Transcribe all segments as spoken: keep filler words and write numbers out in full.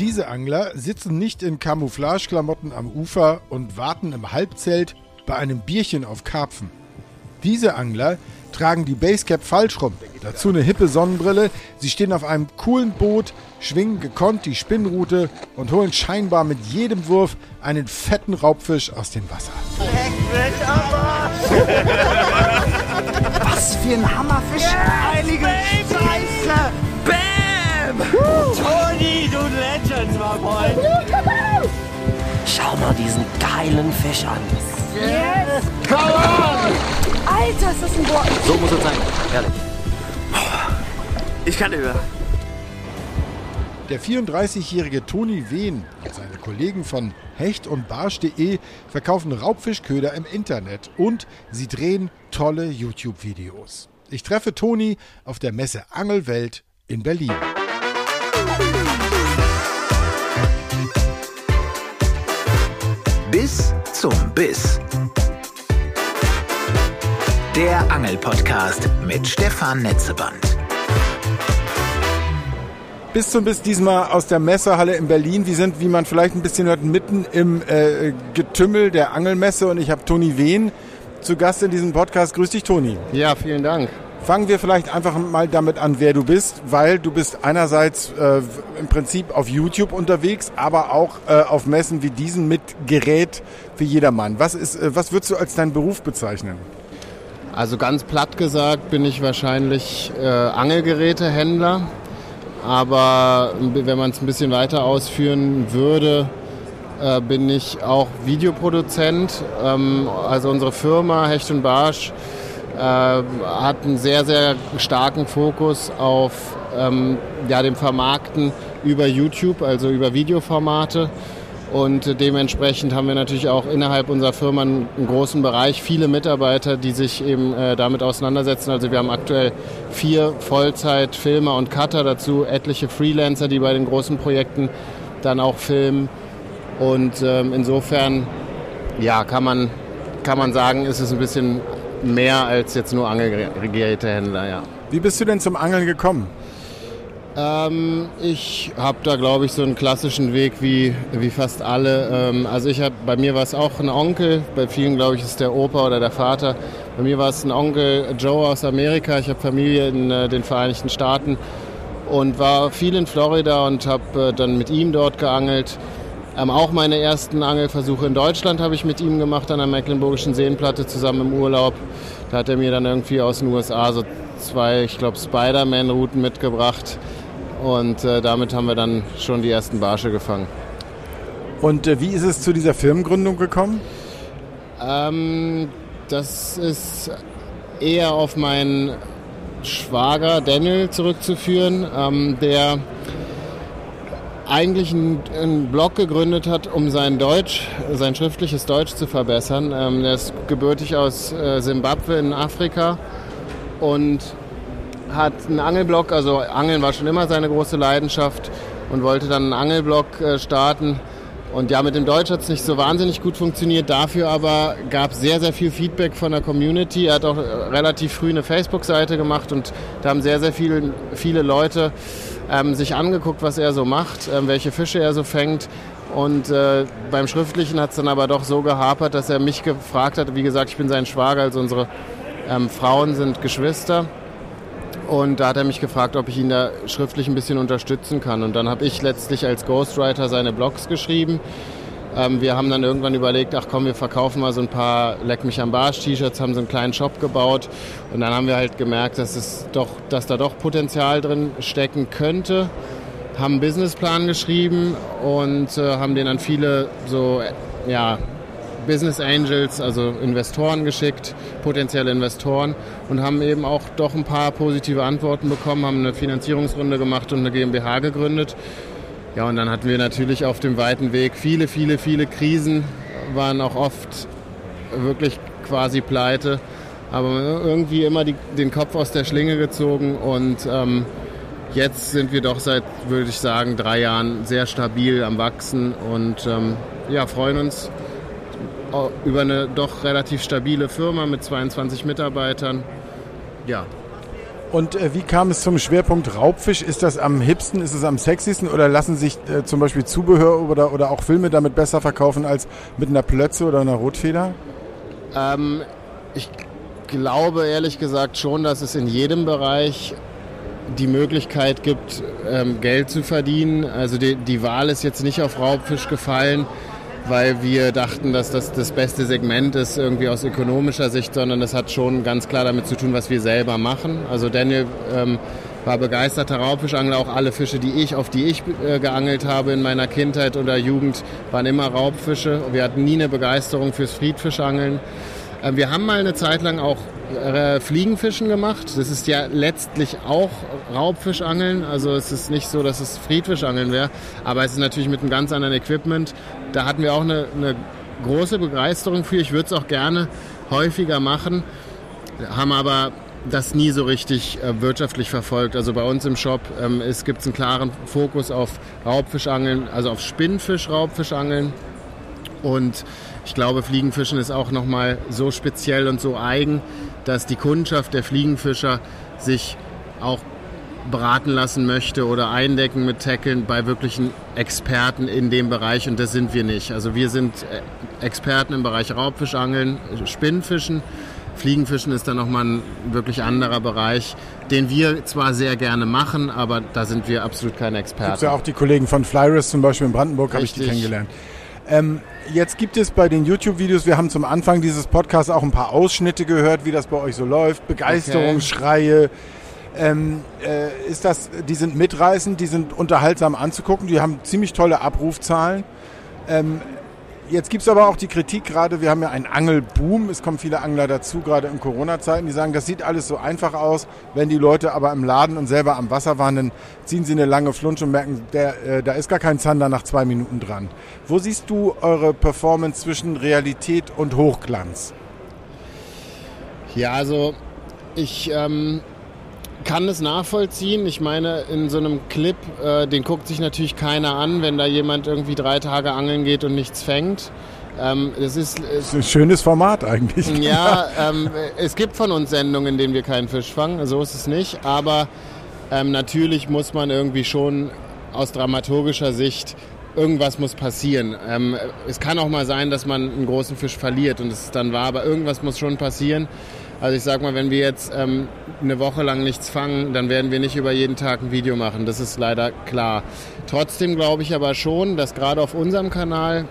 Diese Angler sitzen nicht in Camouflageklamotten am Ufer und warten im Halbzelt bei einem Bierchen auf Karpfen. Diese Angler tragen die Basecap falsch rum, dazu eine hippe Sonnenbrille. Sie stehen auf einem coolen Boot, schwingen gekonnt die Spinnrute und holen scheinbar mit jedem Wurf einen fetten Raubfisch aus dem Wasser. Was für ein Hammerfisch! Yeah, heilige Scheiße! Bam! Woo. Toni, du Legend, my boy! Schau mal diesen geilen Fisch an. Yes! Come on! Alter, ist das ein Boah! So muss es sein, ehrlich. Ich kann höher. Der vierunddreißigjährige Toni Wehn und seine Kollegen von hecht und barsch punkt de verkaufen Raubfischköder im Internet und sie drehen tolle YouTube-Videos. Ich treffe Toni auf der Messe Angelwelt in Berlin. Bis zum Biss. Der Angel-Podcast mit Stefan Netzeband. Bis zum Biss diesmal aus der Messehalle in Berlin. Wir sind, wie man vielleicht ein bisschen hört, mitten im äh, Getümmel der Angelmesse und ich habe Toni Wehn zu Gast in diesem Podcast. Grüß dich, Toni. Ja, vielen Dank. Fangen wir vielleicht einfach mal damit an, wer du bist, weil du bist einerseits äh, im Prinzip auf YouTube unterwegs, aber auch äh, auf Messen wie diesen mit Gerät für jedermann. Was ist, äh, was würdest du als deinen Beruf bezeichnen? Also ganz platt gesagt bin ich wahrscheinlich äh, Angelgerätehändler. Aber wenn man es ein bisschen weiter ausführen würde, äh, bin ich auch Videoproduzent. Ähm, also unsere Firma Hecht und Barsch äh, hat einen sehr, sehr starken Fokus auf ähm, ja, dem Vermarkten über YouTube, also über Videoformate. Und dementsprechend haben wir natürlich auch innerhalb unserer Firma einen großen Bereich, viele Mitarbeiter, die sich eben äh, damit auseinandersetzen. Also wir haben aktuell vier Vollzeit-Filmer und Cutter, dazu etliche Freelancer, die bei den großen Projekten dann auch filmen. Und ähm, insofern ja, kann man, kann man sagen, ist es ein bisschen mehr als jetzt nur Angelgerätehändler. Ja. Wie bist du denn zum Angeln gekommen? Ähm, ich habe da, glaube ich, so einen klassischen Weg wie, wie fast alle. Ähm, also ich hab, bei mir war es auch ein Onkel, bei vielen, glaube ich, ist der Opa oder der Vater. Bei mir war es ein Onkel Joe aus Amerika. Ich habe Familie in äh, den Vereinigten Staaten und war viel in Florida und habe äh, dann mit ihm dort geangelt. Ähm, auch meine ersten Angelversuche in Deutschland habe ich mit ihm gemacht an der Mecklenburgischen Seenplatte zusammen im Urlaub. Da hat er mir dann irgendwie aus den U S A so zwei, ich glaube, Spider-Man-Routen mitgebracht. Und äh, damit haben wir dann schon die ersten Barsche gefangen. Und äh, wie ist es zu dieser Firmengründung gekommen? Ähm, das ist eher auf meinen Schwager Daniel zurückzuführen, ähm, der eigentlich einen, einen Blog gegründet hat, um sein Deutsch, sein schriftliches Deutsch zu verbessern. Ähm, er ist gebürtig aus äh, Simbabwe in Afrika und hat einen Angelblog, also Angeln war schon immer seine große Leidenschaft und wollte dann einen Angelblog äh, starten. Und ja, mit dem Deutsch hat es nicht so wahnsinnig gut funktioniert, dafür aber gab es sehr, sehr viel Feedback von der Community. Er hat auch relativ früh eine Facebook-Seite gemacht und da haben sehr, sehr viele, viele Leute ähm, sich angeguckt, was er so macht, ähm, welche Fische er so fängt. Und äh, beim Schriftlichen hat es dann aber doch so gehapert, dass er mich gefragt hat, wie gesagt, ich bin sein Schwager, also unsere ähm, Frauen sind Geschwister. Und da hat er mich gefragt, ob ich ihn da schriftlich ein bisschen unterstützen kann. Und dann habe ich letztlich als Ghostwriter seine Blogs geschrieben. Ähm, wir haben dann irgendwann überlegt, ach komm, wir verkaufen mal so ein paar Leck mich am Barsch T-Shirts, haben so einen kleinen Shop gebaut. Und dann haben wir halt gemerkt, dass, es doch, dass da doch Potenzial drin stecken könnte. Haben einen Businessplan geschrieben und äh, haben den an viele so, ja, Business Angels, also Investoren geschickt, potenzielle Investoren und haben eben auch doch ein paar positive Antworten bekommen, haben eine Finanzierungsrunde gemacht und eine GmbH gegründet. Ja, und dann hatten wir natürlich auf dem weiten Weg viele, viele, viele Krisen, waren auch oft wirklich quasi pleite, aber irgendwie immer die, den Kopf aus der Schlinge gezogen und ähm, jetzt sind wir doch seit, würde ich sagen, drei Jahren sehr stabil am Wachsen und ähm, ja, freuen uns über eine doch relativ stabile Firma mit zweiundzwanzig Mitarbeitern. Ja. Und äh, wie kam es zum Schwerpunkt Raubfisch? Ist das am hipsten, ist es am sexiesten oder lassen sich äh, zum Beispiel Zubehör oder, oder auch Filme damit besser verkaufen als mit einer Plötze oder einer Rotfeder? Ähm, ich glaube ehrlich gesagt schon, dass es in jedem Bereich die Möglichkeit gibt, ähm, Geld zu verdienen. Also die, die Wahl ist jetzt nicht auf Raubfisch gefallen, weil wir dachten, dass das das beste Segment ist, irgendwie aus ökonomischer Sicht, sondern das hat schon ganz klar damit zu tun, was wir selber machen. Also Daniel ähm, war begeisterter Raubfischangler, auch alle Fische, die ich, auf die ich äh, geangelt habe in meiner Kindheit oder Jugend, waren immer Raubfische. Wir hatten nie eine Begeisterung fürs Friedfischangeln. Äh, wir haben mal eine Zeit lang auch äh, Fliegenfischen gemacht. Das ist ja letztlich auch Raubfischangeln. Also es ist nicht so, dass es Friedfischangeln wäre, aber es ist natürlich mit einem ganz anderen Equipment. Da hatten wir auch eine, eine große Begeisterung für. Ich würde es auch gerne häufiger machen, haben aber das nie so richtig äh, wirtschaftlich verfolgt. Also bei uns im Shop ähm, es gibt einen klaren Fokus auf Raubfischangeln, also auf Spinnfisch-Raubfischangeln. Und ich glaube, Fliegenfischen ist auch nochmal so speziell und so eigen, dass die Kundschaft der Fliegenfischer sich auch beraten lassen möchte oder eindecken mit Tackeln bei wirklichen Experten in dem Bereich, und das sind wir nicht. Also wir sind Experten im Bereich Raubfischangeln, Spinnfischen. Fliegenfischen ist dann nochmal ein wirklich anderer Bereich, den wir zwar sehr gerne machen, aber da sind wir absolut keine Experten. Gibt es ja auch die Kollegen von Flyris zum Beispiel in Brandenburg, habe ich die kennengelernt. Ähm, jetzt gibt es bei den YouTube-Videos, wir haben zum Anfang dieses Podcasts auch ein paar Ausschnitte gehört, wie das bei euch so läuft, Begeisterungsschreie. Okay. Ähm, äh, ist das, die sind mitreißend, die sind unterhaltsam anzugucken, die haben ziemlich tolle Abrufzahlen. Ähm, jetzt gibt es aber auch die Kritik gerade, wir haben ja einen Angelboom, es kommen viele Angler dazu, gerade in Corona-Zeiten, die sagen, das sieht alles so einfach aus, wenn die Leute aber im Laden und selber am Wasser waren, dann ziehen sie eine lange Flunsche und merken, der, äh, da ist gar kein Zander nach zwei Minuten dran. Wo siehst du eure Performance zwischen Realität und Hochglanz? Ja, also ich... Ähm kann es nachvollziehen. Ich meine, in so einem Clip, äh, den guckt sich natürlich keiner an, wenn da jemand irgendwie drei Tage angeln geht und nichts fängt. Ähm, das ist, äh, das ist ein schönes Format eigentlich. Ja, ähm, es gibt von uns Sendungen, in denen wir keinen Fisch fangen, so ist es nicht. Aber ähm, natürlich muss man irgendwie schon aus dramaturgischer Sicht, irgendwas muss passieren. Ähm, es kann auch mal sein, dass man einen großen Fisch verliert und es ist dann wahr, aber irgendwas muss schon passieren. Also ich sag mal, wenn wir jetzt ähm, eine Woche lang nichts fangen, dann werden wir nicht über jeden Tag ein Video machen. Das ist leider klar. Trotzdem glaube ich aber schon, dass gerade auf unserem Kanal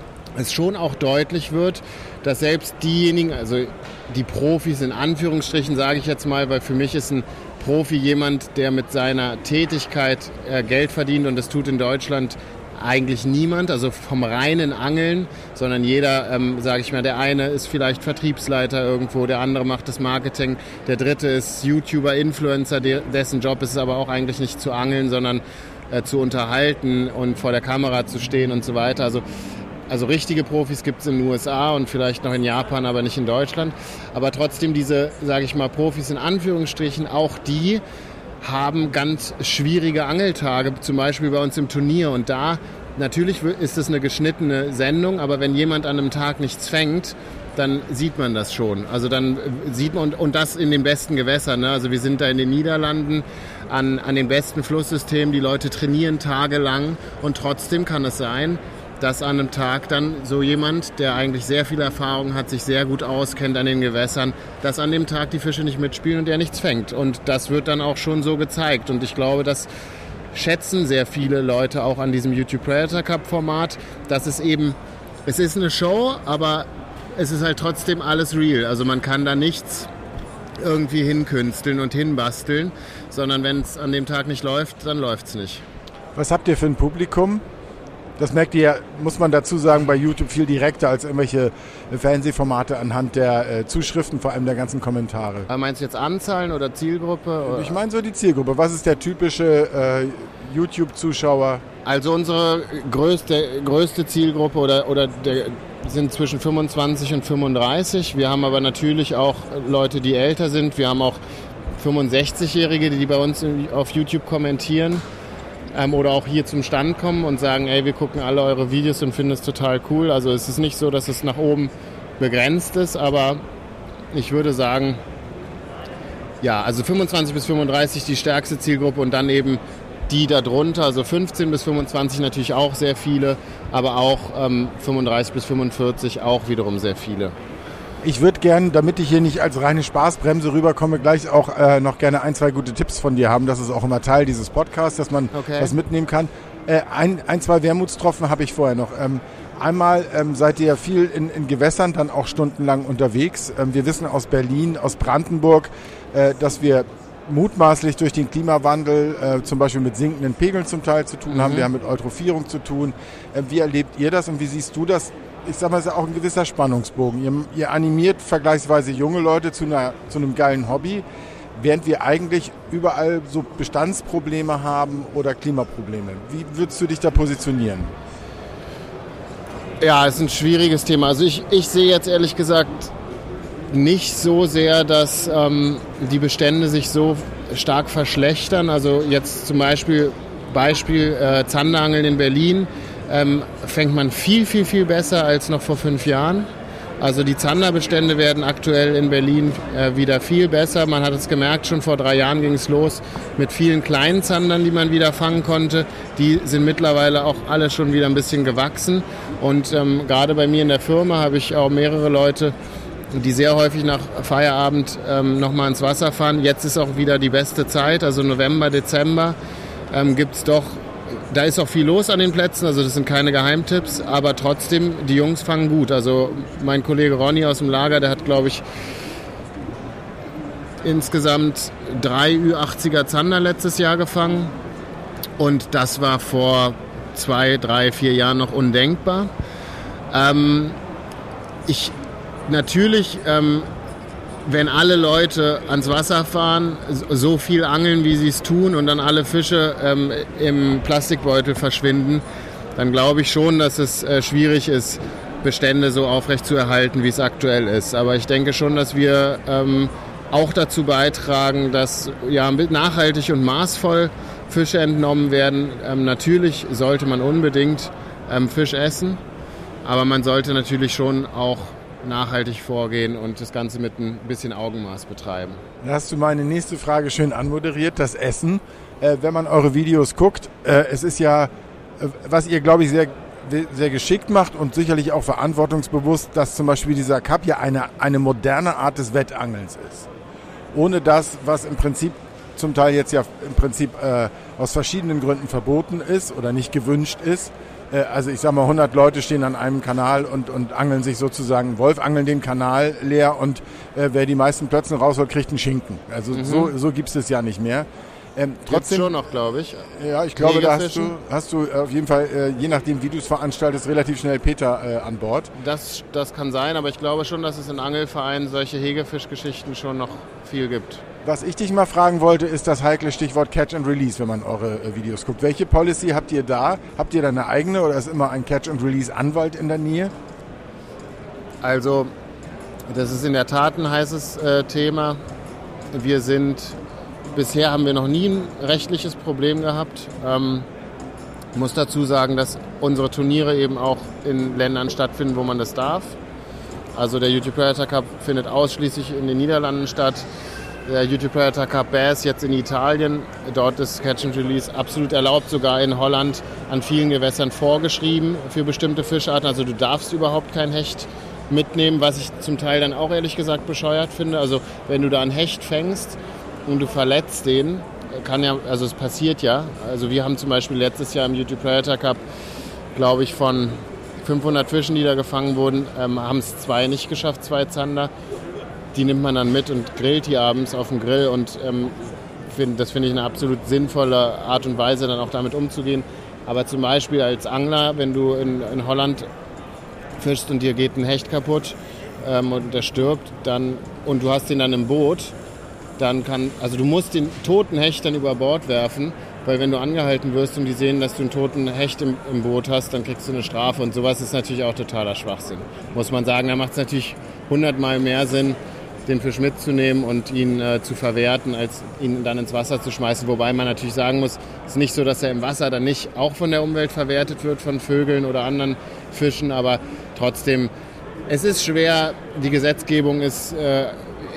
es schon auch deutlich wird, dass selbst diejenigen, also die Profis in Anführungsstrichen, sage ich jetzt mal, weil für mich ist ein Profi jemand, der mit seiner Tätigkeit äh, Geld verdient, und das tut in Deutschland eigentlich niemand, also vom reinen Angeln, sondern jeder, ähm, sage ich mal, der eine ist vielleicht Vertriebsleiter irgendwo, der andere macht das Marketing, der dritte ist YouTuber, Influencer, de- dessen Job ist es aber auch eigentlich nicht zu angeln, sondern äh, zu unterhalten und vor der Kamera zu stehen und so weiter. Also, also richtige Profis gibt es in den U S A und vielleicht noch in Japan, aber nicht in Deutschland. Aber trotzdem diese, sage ich mal, Profis in Anführungsstrichen, auch die haben ganz schwierige Angeltage, zum Beispiel bei uns im Turnier. Und da, natürlich ist es eine geschnittene Sendung, aber wenn jemand an einem Tag nichts fängt, dann sieht man das schon. Also dann sieht man, und, und das in den besten Gewässern. Ne? Also wir sind da in den Niederlanden an, an den besten Flusssystemen, die Leute trainieren tagelang, und trotzdem kann es sein, dass an einem Tag dann so jemand, der eigentlich sehr viel Erfahrung hat, sich sehr gut auskennt an den Gewässern, dass an dem Tag die Fische nicht mitspielen und er nichts fängt. Und das wird dann auch schon so gezeigt. Und ich glaube, das schätzen sehr viele Leute auch an diesem YouTube Predator Cup Format, dass es eben, es ist eine Show, aber es ist halt trotzdem alles real. Also man kann da nichts irgendwie hinkünsteln und hinbasteln, sondern wenn es an dem Tag nicht läuft, dann läuft es nicht. Was habt ihr für ein Publikum? Das merkt ihr ja, muss man dazu sagen, bei YouTube viel direkter als irgendwelche Fernsehformate anhand der äh, Zuschriften, vor allem der ganzen Kommentare. Aber meinst du jetzt Anzahlen oder Zielgruppe? Oder? Ich meine so die Zielgruppe. Was ist der typische äh, YouTube-Zuschauer? Also unsere größte, größte Zielgruppe oder, oder der, sind zwischen fünfundzwanzig und fünfunddreißig. Wir haben aber natürlich auch Leute, die älter sind. Wir haben auch fünfundsechzigjährige, die bei uns auf YouTube kommentieren. Ähm, oder auch hier zum Stand kommen und sagen, ey, wir gucken alle eure Videos und finden es total cool. Also es ist nicht so, dass es nach oben begrenzt ist, aber ich würde sagen, ja, also fünfundzwanzig bis fünfunddreißig die stärkste Zielgruppe und dann eben die darunter, also fünfzehn bis fünfundzwanzig natürlich auch sehr viele, aber auch ähm, fünfunddreißig bis fünfundvierzig auch wiederum sehr viele. Ich würde gern, damit ich hier nicht als reine Spaßbremse rüberkomme, gleich auch äh, noch gerne ein, zwei gute Tipps von dir haben. Das ist auch immer Teil dieses Podcasts, dass man okay. was mitnehmen kann. Äh, ein, ein, zwei Wermutstropfen habe ich vorher noch. Ähm, einmal ähm, seid ihr ja viel in, in Gewässern, dann auch stundenlang unterwegs. Ähm, wir wissen aus Berlin, aus Brandenburg, äh, dass wir mutmaßlich durch den Klimawandel äh, zum Beispiel mit sinkenden Pegeln zum Teil zu tun mhm. haben. Wir haben mit Eutrophierung zu tun. Äh, wie erlebt ihr das und wie siehst du das? Ich sag mal, es ist auch ein gewisser Spannungsbogen. Ihr, ihr animiert vergleichsweise junge Leute zu, einer, zu einem geilen Hobby, während wir eigentlich überall so Bestandsprobleme haben oder Klimaprobleme. Wie würdest du dich da positionieren? Ja, es ist ein schwieriges Thema. Also ich, ich sehe jetzt ehrlich gesagt nicht so sehr, dass ähm, die Bestände sich so stark verschlechtern. Also jetzt zum Beispiel Beispiel äh, Zanderangeln in Berlin ähm, fängt man viel, viel, viel besser als noch vor fünf Jahren. Also die Zanderbestände werden aktuell in Berlin äh, wieder viel besser. Man hat es gemerkt, schon vor drei Jahren ging es los mit vielen kleinen Zandern, die man wieder fangen konnte. Die sind mittlerweile auch alle schon wieder ein bisschen gewachsen. Und ähm, gerade bei mir in der Firma habe ich auch mehrere Leute, die sehr häufig nach Feierabend ähm, nochmal ins Wasser fahren. Jetzt ist auch wieder die beste Zeit, also November, Dezember ähm, gibt's doch, da ist auch viel los an den Plätzen, also das sind keine Geheimtipps, aber trotzdem, die Jungs fangen gut. Also mein Kollege Ronny aus dem Lager, der hat, glaube ich, insgesamt drei Ü achtziger Zander letztes Jahr gefangen und das war vor zwei, drei, vier Jahren noch undenkbar. Ähm, ich Natürlich, ähm, wenn alle Leute ans Wasser fahren, so viel angeln, wie sie es tun und dann alle Fische ähm, im Plastikbeutel verschwinden, dann glaube ich schon, dass es äh, schwierig ist, Bestände so aufrecht zu erhalten, wie es aktuell ist. Aber ich denke schon, dass wir ähm, auch dazu beitragen, dass ja, nachhaltig und maßvoll Fische entnommen werden. Ähm, natürlich sollte man unbedingt ähm, Fisch essen, aber man sollte natürlich schon auch nachhaltig vorgehen und das Ganze mit ein bisschen Augenmaß betreiben. Da hast du meine nächste Frage schön anmoderiert, das Essen. Äh, wenn man eure Videos guckt, äh, es ist ja, äh, was ihr, glaube ich, sehr, sehr geschickt macht und sicherlich auch verantwortungsbewusst, dass zum Beispiel dieser Cup ja eine, eine moderne Art des Wettangelns ist. Ohne das, was im Prinzip zum Teil jetzt ja im Prinzip äh, aus verschiedenen Gründen verboten ist oder nicht gewünscht ist. Also ich sag mal, hundert Leute stehen an einem Kanal und, und angeln sich sozusagen, Wolf angeln den Kanal leer und äh, wer die meisten Plötzen rausholt, kriegt einen Schinken. Also mhm. so, so gibt's es ja nicht mehr. Ähm, trotzdem Gibt's schon noch, glaube ich. Ja, ich glaube, da hast du, hast du auf jeden Fall, äh, je nachdem wie du es veranstaltest, relativ schnell Peter äh, an Bord. Das, das kann sein, aber ich glaube schon, dass es in Angelvereinen solche Hegefischgeschichten schon noch viel gibt. Was ich dich mal fragen wollte, ist das heikle Stichwort Catch and Release, wenn man eure äh, Videos guckt. Welche Policy habt ihr da? Habt ihr da eine eigene oder ist immer ein Catch and Release Anwalt in der Nähe? Also, das ist in der Tat ein heißes äh, Thema. Wir sind, bisher haben wir noch nie ein rechtliches Problem gehabt. Ähm, ich muss dazu sagen, dass unsere Turniere eben auch in Ländern stattfinden, wo man das darf. Also der YouTube Predator Cup findet ausschließlich in den Niederlanden statt. Der YouTube Predator Cup Bass jetzt in Italien. Dort ist Catch and Release absolut erlaubt, sogar in Holland an vielen Gewässern vorgeschrieben für bestimmte Fischarten. Also du darfst überhaupt kein Hecht mitnehmen, was ich zum Teil dann auch ehrlich gesagt bescheuert finde. Also wenn du da einen Hecht fängst und du verletzt den, kann ja, also es passiert ja. Also wir haben zum Beispiel letztes Jahr im YouTube Predator Cup, glaube ich, von fünfhundert Fischen, die da gefangen wurden, ähm, haben es zwei nicht geschafft, zwei Zander. Die nimmt man dann mit und grillt die abends auf dem Grill und ähm, find, das finde ich eine absolut sinnvolle Art und Weise, dann auch damit umzugehen. Aber zum Beispiel als Angler, wenn du in, in Holland fischst und dir geht ein Hecht kaputt ähm, und der stirbt, dann, und du hast den dann im Boot, dann kann, also du musst den toten Hecht dann über Bord werfen, weil wenn du angehalten wirst und die sehen, dass du einen toten Hecht im, im Boot hast, dann kriegst du eine Strafe und sowas ist natürlich auch totaler Schwachsinn. Muss man sagen, da macht es natürlich hundertmal mehr Sinn, den Fisch mitzunehmen und ihn äh, zu verwerten, als ihn dann ins Wasser zu schmeißen. Wobei man natürlich sagen muss, es ist nicht so, dass er im Wasser dann nicht auch von der Umwelt verwertet wird, von Vögeln oder anderen Fischen, aber trotzdem, es ist schwer, die Gesetzgebung ist äh,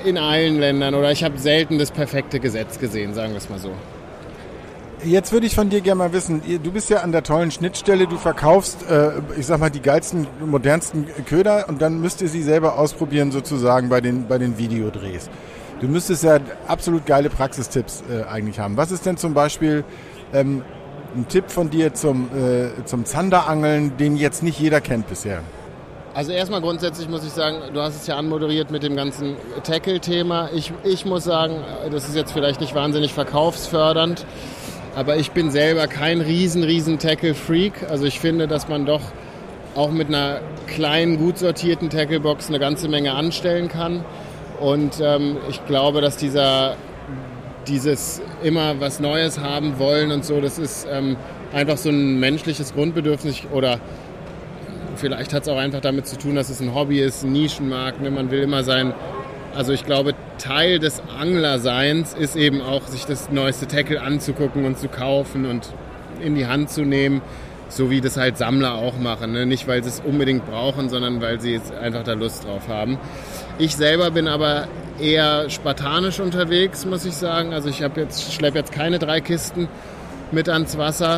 in allen Ländern oder ich habe selten das perfekte Gesetz gesehen, sagen wir es mal so. Jetzt würde ich von dir gerne mal wissen, du bist ja an der tollen Schnittstelle, du verkaufst, äh, ich sag mal, die geilsten, modernsten Köder und dann müsst ihr sie selber ausprobieren sozusagen bei den, bei den Videodrehs. Du müsstest ja absolut geile Praxistipps äh, eigentlich haben. Was ist denn zum Beispiel ähm, ein Tipp von dir zum, äh, zum Zanderangeln, den jetzt nicht jeder kennt bisher? Also erstmal grundsätzlich muss ich sagen, du hast es ja anmoderiert mit dem ganzen Tackle-Thema. Ich, ich muss sagen, das ist jetzt vielleicht nicht wahnsinnig verkaufsfördernd, aber ich bin selber kein riesen, riesen Tackle-Freak. Also ich finde, dass man doch auch mit einer kleinen, gut sortierten Tackle-Box eine ganze Menge anstellen kann. Und ähm, ich glaube, dass dieser, dieses immer was Neues haben wollen und so, das ist ähm, einfach so ein menschliches Grundbedürfnis oder vielleicht hat es auch einfach damit zu tun, dass es ein Hobby ist, ein Nischenmarkt. Ne? Man will immer sein, also ich glaube, Teil des Anglerseins ist eben auch, sich das neueste Tackle anzugucken und zu kaufen und in die Hand zu nehmen, so wie das halt Sammler auch machen. Ne? Nicht, weil sie es unbedingt brauchen, sondern weil sie jetzt einfach da Lust drauf haben. Ich selber bin aber eher spartanisch unterwegs, muss ich sagen. Also ich habe jetzt, schleppe jetzt keine drei Kisten mit ans Wasser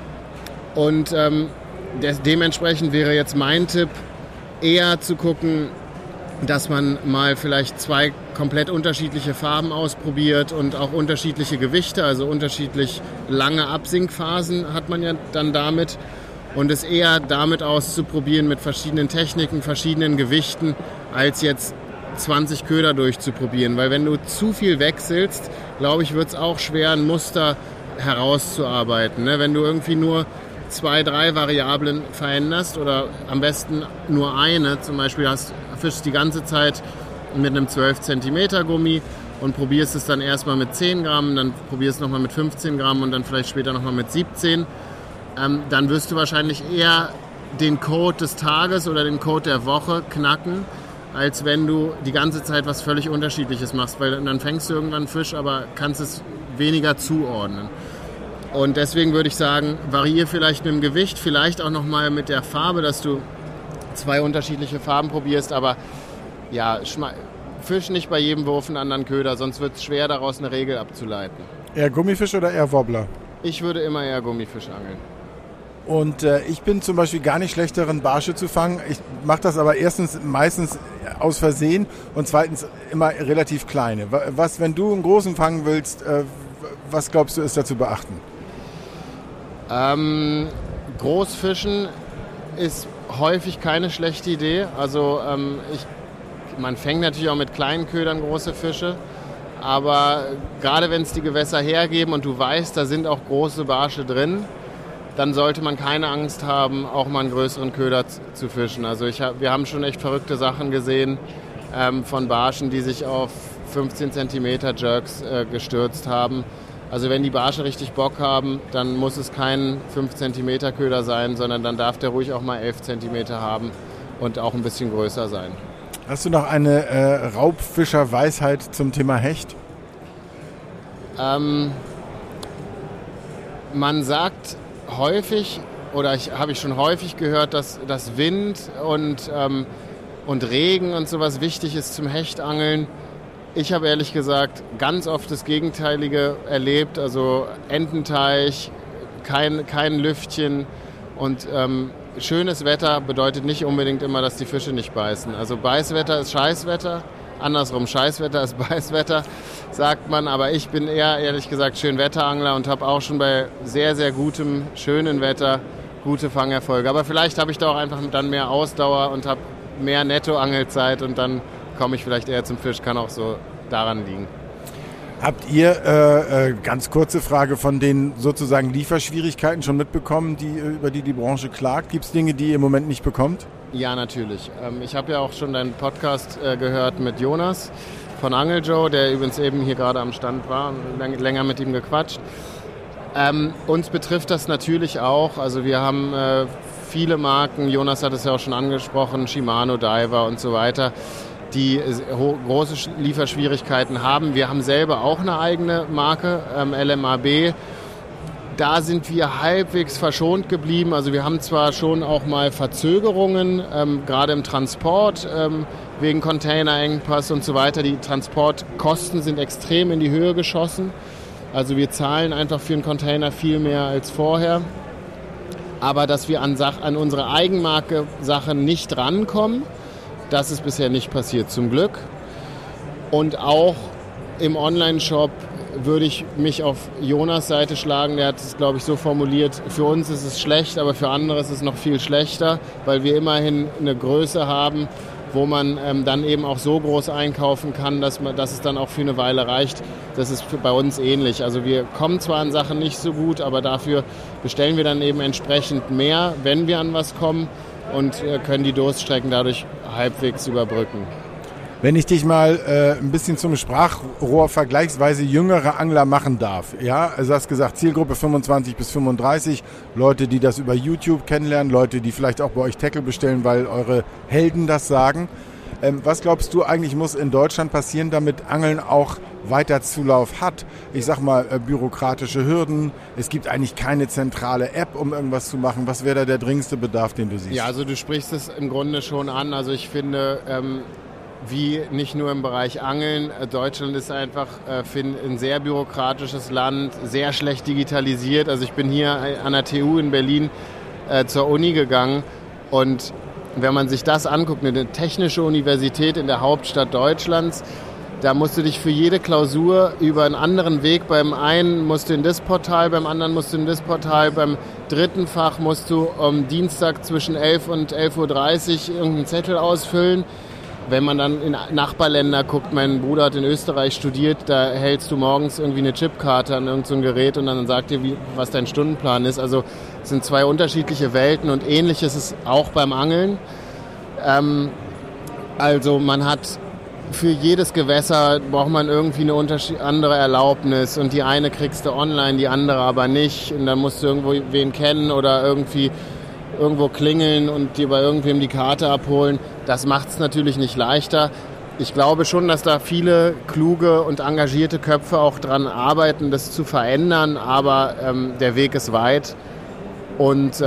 und ähm, des, dementsprechend wäre jetzt mein Tipp, eher zu gucken, dass man mal vielleicht zwei komplett unterschiedliche Farben ausprobiert und auch unterschiedliche Gewichte, also unterschiedlich lange Absinkphasen hat man ja dann damit. Und es eher damit auszuprobieren mit verschiedenen Techniken, verschiedenen Gewichten, als jetzt zwanzig Köder durchzuprobieren. Weil wenn du zu viel wechselst, glaube ich, wird es auch schwer, ein Muster herauszuarbeiten. Ne? Wenn du irgendwie nur zwei, drei Variablen veränderst oder am besten nur eine, zum Beispiel hast, fischst die ganze Zeit mit einem zwölf Zentimeter Gummi und probierst es dann erstmal mit zehn Gramm, dann probierst es nochmal mit fünfzehn Gramm und dann vielleicht später nochmal mit siebzehn, ähm, dann wirst du wahrscheinlich eher den Code des Tages oder den Code der Woche knacken, als wenn du die ganze Zeit was völlig Unterschiedliches machst, weil dann fängst du irgendwann einen Fisch, aber kannst es weniger zuordnen. Und deswegen würde ich sagen, variiere vielleicht mit dem Gewicht, vielleicht auch nochmal mit der Farbe, dass du zwei unterschiedliche Farben probierst, aber ja, fisch nicht bei jedem Wurf einen anderen Köder, sonst wird es schwer, daraus eine Regel abzuleiten. Eher Gummifisch oder eher Wobbler? Ich würde immer eher Gummifisch angeln. Und äh, ich bin zum Beispiel gar nicht schlecht darin, Barsche zu fangen. Ich mache das aber erstens meistens aus Versehen und zweitens immer relativ kleine. Was, wenn du einen großen fangen willst, äh, was glaubst du, ist da zu beachten? Ähm, Großfischen ist häufig keine schlechte Idee. Also ähm, ich, man fängt natürlich auch mit kleinen Ködern große Fische, aber gerade wenn es die Gewässer hergeben und du weißt, da sind auch große Barsche drin, dann sollte man keine Angst haben, auch mal einen größeren Köder z- zu fischen. Also ich hab, wir haben schon echt verrückte Sachen gesehen ähm, von Barschen, die sich auf fünfzehn Zentimeter Jerks äh, gestürzt haben. Also wenn die Barsche richtig Bock haben, dann muss es kein fünf Zentimeter Köder sein, sondern dann darf der ruhig auch mal elf Zentimeter haben und auch ein bisschen größer sein. Hast du noch eine äh, Raubfischer-Weisheit zum Thema Hecht? Ähm, man sagt häufig, oder ich, habe ich schon häufig gehört, dass, dass Wind und, ähm, und Regen und sowas wichtig ist zum Hechtangeln. Ich habe ehrlich gesagt ganz oft das Gegenteilige erlebt, also Ententeich, kein, kein Lüftchen und ähm, schönes Wetter bedeutet nicht unbedingt immer, dass die Fische nicht beißen. Also Beißwetter ist Scheißwetter, andersrum Scheißwetter ist Beißwetter, sagt man, aber ich bin eher ehrlich gesagt Schönwetterangler und habe auch schon bei sehr, sehr gutem, schönen Wetter gute Fangerfolge. Aber vielleicht habe ich da auch einfach dann mehr Ausdauer und habe mehr Nettoangelzeit und dann komme ich vielleicht eher zum Fisch, kann auch so daran liegen. Habt ihr, äh, äh, ganz kurze Frage, von den sozusagen Lieferschwierigkeiten schon mitbekommen, die, über die die Branche klagt? Gibt es Dinge, die ihr im Moment nicht bekommt? Ja, natürlich. Ähm, ich habe ja auch schon deinen Podcast äh, gehört mit Jonas von Angel Joe, der übrigens eben hier gerade am Stand war und lang, länger mit ihm gequatscht. Ähm, uns betrifft das natürlich auch. Also wir haben äh, viele Marken, Jonas hat es ja auch schon angesprochen, Shimano, Diver und so weiter, die große Lieferschwierigkeiten haben. Wir haben selber auch eine eigene Marke, ähm, L M A B. Da sind wir halbwegs verschont geblieben. Also wir haben zwar schon auch mal Verzögerungen, ähm, gerade im Transport, ähm, wegen Containerengpass und so weiter. Die Transportkosten sind extrem in die Höhe geschossen. Also wir zahlen einfach für einen Container viel mehr als vorher. Aber dass wir an, Sach- an unsere Eigenmarke Sachen nicht rankommen, das ist bisher nicht passiert, zum Glück. Und auch im Online-Shop würde ich mich auf Jonas Seite schlagen. Der hat es, glaube ich, so formuliert, für uns ist es schlecht, aber für andere ist es noch viel schlechter, weil wir immerhin eine Größe haben, wo man ähm, dann eben auch so groß einkaufen kann, dass, man, dass es dann auch für eine Weile reicht. Das ist für, bei uns ähnlich. Also wir kommen zwar an Sachen nicht so gut, aber dafür bestellen wir dann eben entsprechend mehr, wenn wir an was kommen und äh, können die Durststrecken dadurch halbwegs überbrücken. Wenn ich dich mal äh, ein bisschen zum Sprachrohr vergleichsweise jüngere Angler machen darf, ja, also hast gesagt, Zielgruppe fünfundzwanzig bis fünfunddreißig, Leute, die das über YouTube kennenlernen, Leute, die vielleicht auch bei euch Tackle bestellen, weil eure Helden das sagen. Ähm, was glaubst du eigentlich muss in Deutschland passieren, damit Angeln auch weiter Zulauf hat? Ich sag mal, äh, bürokratische Hürden, es gibt eigentlich keine zentrale App, um irgendwas zu machen. Was wäre da der dringendste Bedarf, den du siehst? Ja, also du sprichst es im Grunde schon an. Also ich finde, ähm, wie nicht nur im Bereich Angeln. Deutschland ist einfach äh, ein sehr bürokratisches Land, sehr schlecht digitalisiert. Also ich bin hier an der T U in Berlin äh, zur Uni gegangen und wenn man sich das anguckt, eine technische Universität in der Hauptstadt Deutschlands, da musst du dich für jede Klausur über einen anderen Weg, beim einen musst du in das Portal, beim anderen musst du in das Portal, beim dritten Fach musst du am Dienstag zwischen elf und elf Uhr dreißig irgendeinen Zettel ausfüllen. Wenn man dann in Nachbarländer guckt, mein Bruder hat in Österreich studiert, da hältst du morgens irgendwie eine Chipkarte an irgendein so Gerät und dann sagt dir, wie, was dein Stundenplan ist. Also es sind zwei unterschiedliche Welten und ähnlich ist es auch beim Angeln. Ähm, also man hat für jedes Gewässer braucht man irgendwie eine unterschied- andere Erlaubnis und die eine kriegst du online, die andere aber nicht und dann musst du irgendwo wen kennen oder irgendwie irgendwo klingeln und dir bei irgendwem die Karte abholen. Das macht es natürlich nicht leichter. Ich glaube schon, dass da viele kluge und engagierte Köpfe auch dran arbeiten, das zu verändern, aber ähm, der Weg ist weit und äh,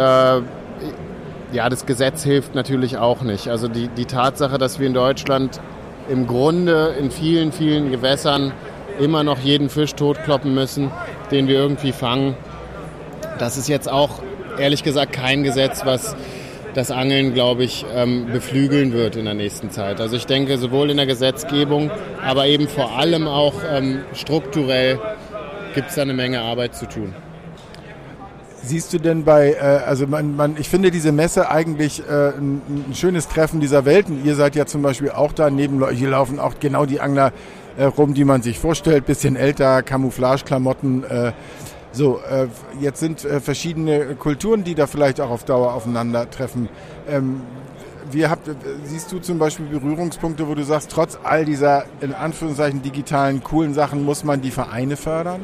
ja, das Gesetz hilft natürlich auch nicht. Also die, die Tatsache, dass wir in Deutschland im Grunde in vielen, vielen Gewässern immer noch jeden Fisch totkloppen müssen, den wir irgendwie fangen, das ist jetzt auch ehrlich gesagt kein Gesetz, was das Angeln, glaube ich, ähm, beflügeln wird in der nächsten Zeit. Also ich denke, sowohl in der Gesetzgebung, aber eben vor allem auch ähm, strukturell gibt es da eine Menge Arbeit zu tun. Siehst du denn bei, äh, also man, man, ich finde diese Messe eigentlich äh, ein, ein schönes Treffen dieser Welten. Ihr seid ja zum Beispiel auch da, neben hier laufen auch genau die Angler äh, rum, die man sich vorstellt, bisschen älter, Camouflage-Klamotten. Äh, so, äh, jetzt sind äh, verschiedene Kulturen, die da vielleicht auch auf Dauer aufeinandertreffen. Ähm, wie habt, siehst du zum Beispiel Berührungspunkte, wo du sagst, trotz all dieser in Anführungszeichen digitalen, coolen Sachen muss man die Vereine fördern?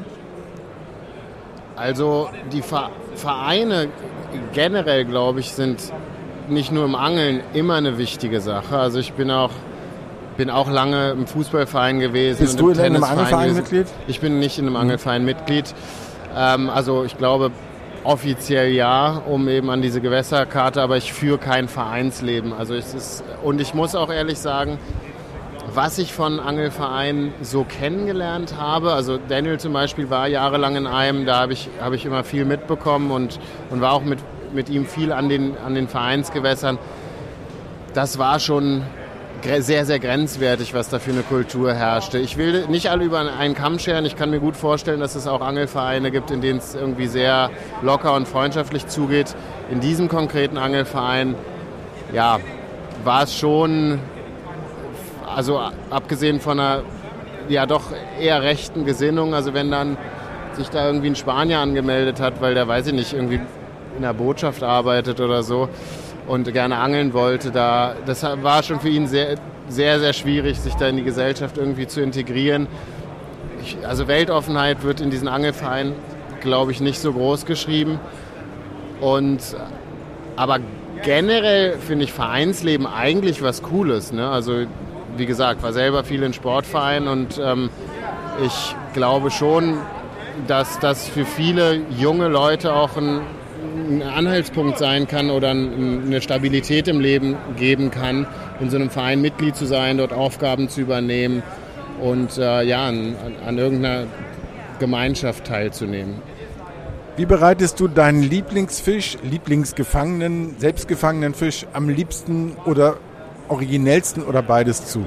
Also die Vereine generell, glaube ich, sind nicht nur im Angeln immer eine wichtige Sache. Also ich bin auch, bin auch lange im Fußballverein gewesen. Bist du in einem Angelverein Mitglied? Ich bin nicht in einem Angelverein Mitglied. Ähm, also ich glaube offiziell ja, um eben an diese Gewässerkarte, aber ich führe kein Vereinsleben. Also es ist, und ich muss auch ehrlich sagen, was ich von Angelvereinen so kennengelernt habe, also Daniel zum Beispiel war jahrelang in einem, da habe ich, hab ich immer viel mitbekommen und, und war auch mit, mit ihm viel an den, an den Vereinsgewässern. Das war schon sehr, sehr grenzwertig, was da für eine Kultur herrschte. Ich will nicht alle über einen Kamm scheren. Ich kann mir gut vorstellen, dass es auch Angelvereine gibt, in denen es irgendwie sehr locker und freundschaftlich zugeht. In diesem konkreten Angelverein, ja, war es schon... Also abgesehen von einer ja doch eher rechten Gesinnung, also wenn dann sich da irgendwie ein Spanier angemeldet hat, weil der, weiß ich nicht, irgendwie in der Botschaft arbeitet oder so und gerne angeln wollte, da das war schon für ihn sehr, sehr, sehr schwierig, sich da in die Gesellschaft irgendwie zu integrieren. Ich, also Weltoffenheit wird in diesen Angelvereinen, glaube ich, nicht so groß geschrieben. Und aber generell finde ich Vereinsleben eigentlich was Cooles, ne? Also wie gesagt, war selber viel in Sportvereinen und ähm, ich glaube schon, dass das für viele junge Leute auch ein, ein Anhaltspunkt sein kann oder ein, eine Stabilität im Leben geben kann, in so einem Verein Mitglied zu sein, dort Aufgaben zu übernehmen und äh, ja, an, an irgendeiner Gemeinschaft teilzunehmen. Wie bereitest du deinen Lieblingsfisch, Lieblingsgefangenen, selbstgefangenen Fisch am liebsten oder originellsten oder beides zu?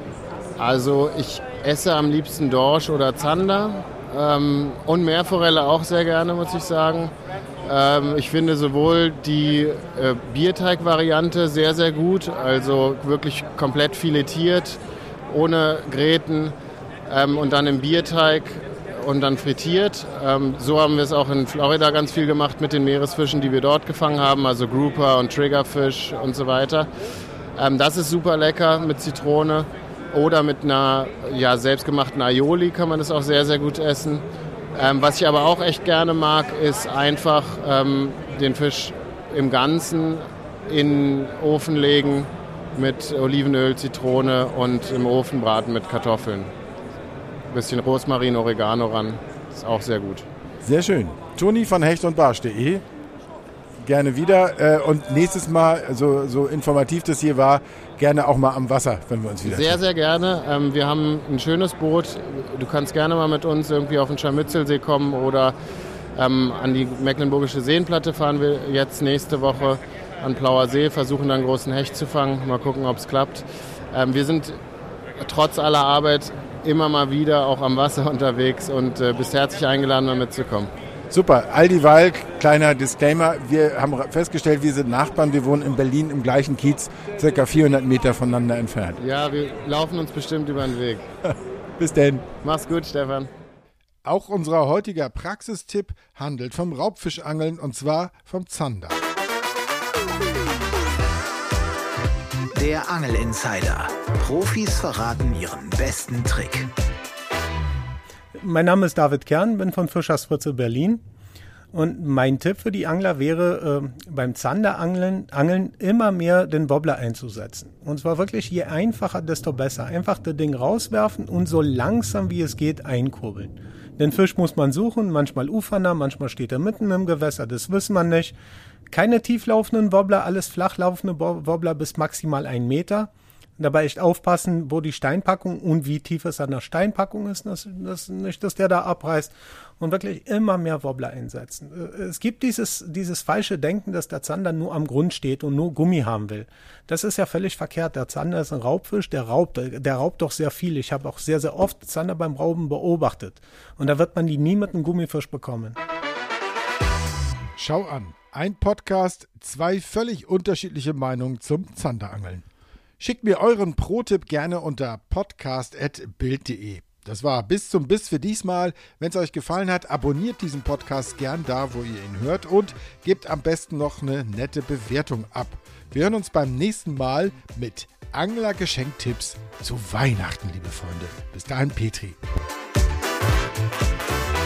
Also ich esse am liebsten Dorsch oder Zander ähm, und Meerforelle auch sehr gerne, muss ich sagen. Ähm, ich finde sowohl die äh, Bierteig-Variante sehr, sehr gut, also wirklich komplett filetiert, ohne Gräten ähm, und dann im Bierteig und dann frittiert. Ähm, so haben wir es auch in Florida ganz viel gemacht mit den Meeresfischen, die wir dort gefangen haben, also Grouper und Triggerfisch und so weiter. Ähm, das ist super lecker mit Zitrone oder mit einer ja, selbstgemachten Aioli kann man das auch sehr, sehr gut essen. Ähm, was ich aber auch echt gerne mag, ist einfach ähm, den Fisch im Ganzen in den Ofen legen mit Olivenöl, Zitrone und im Ofen braten mit Kartoffeln. Ein bisschen Rosmarin, Oregano ran. Ist auch sehr gut. Sehr schön. Toni von hecht und barsch punkt de. Gerne wieder. Und nächstes Mal, so, so informativ das hier war, gerne auch mal am Wasser, wenn wir uns wieder Sehr, treffen. sehr gerne. Wir haben ein schönes Boot. Du kannst gerne mal mit uns irgendwie auf den Scharmützelsee kommen oder ähm, an die Mecklenburgische Seenplatte fahren wir jetzt nächste Woche an Plauer See, versuchen dann einen großen Hecht zu fangen. Mal gucken, ob es klappt. Ähm, wir sind trotz aller Arbeit immer mal wieder auch am Wasser unterwegs und äh, bist herzlich eingeladen, mal mitzukommen. Super. Aldi Walk, kleiner Disclaimer. Wir haben festgestellt, wir sind Nachbarn. Wir wohnen in Berlin im gleichen Kiez, circa vierhundert Meter voneinander entfernt. Ja, wir laufen uns bestimmt über den Weg. Bis denn. Mach's gut, Stefan. Auch unser heutiger Praxistipp handelt vom Raubfischangeln und zwar vom Zander. Der Angel-Insider. Profis verraten ihren besten Trick. Mein Name ist David Kern, bin von Fischersfritze Berlin. Und mein Tipp für die Angler wäre, äh, beim Zanderangeln Angeln immer mehr den Wobbler einzusetzen. Und zwar wirklich, je einfacher, desto besser. Einfach das Ding rauswerfen und so langsam wie es geht einkurbeln. Den Fisch muss man suchen, manchmal ufernah, manchmal steht er mitten im Gewässer, das wissen wir nicht. Keine tieflaufenden Wobbler, alles flachlaufende Wobbler bis maximal ein Meter. Dabei echt aufpassen, wo die Steinpackung und wie tief es an der Steinpackung ist, dass, dass nicht, dass der da abreißt und wirklich immer mehr Wobbler einsetzen. Es gibt dieses, dieses falsche Denken, dass der Zander nur am Grund steht und nur Gummi haben will. Das ist ja völlig verkehrt. Der Zander ist ein Raubfisch, der raubt, der raubt doch sehr viel. Ich habe auch sehr, sehr oft Zander beim Rauben beobachtet und da wird man die nie mit einem Gummifisch bekommen. Schau an, ein Podcast, zwei völlig unterschiedliche Meinungen zum Zanderangeln. Schickt mir euren Pro-Tipp gerne unter podcast at bild punkt de. Das war bis zum Biss für diesmal. Wenn es euch gefallen hat, abonniert diesen Podcast gern da, wo ihr ihn hört und gebt am besten noch eine nette Bewertung ab. Wir hören uns beim nächsten Mal mit Angler-Geschenktipps zu Weihnachten, liebe Freunde. Bis dahin, Petri.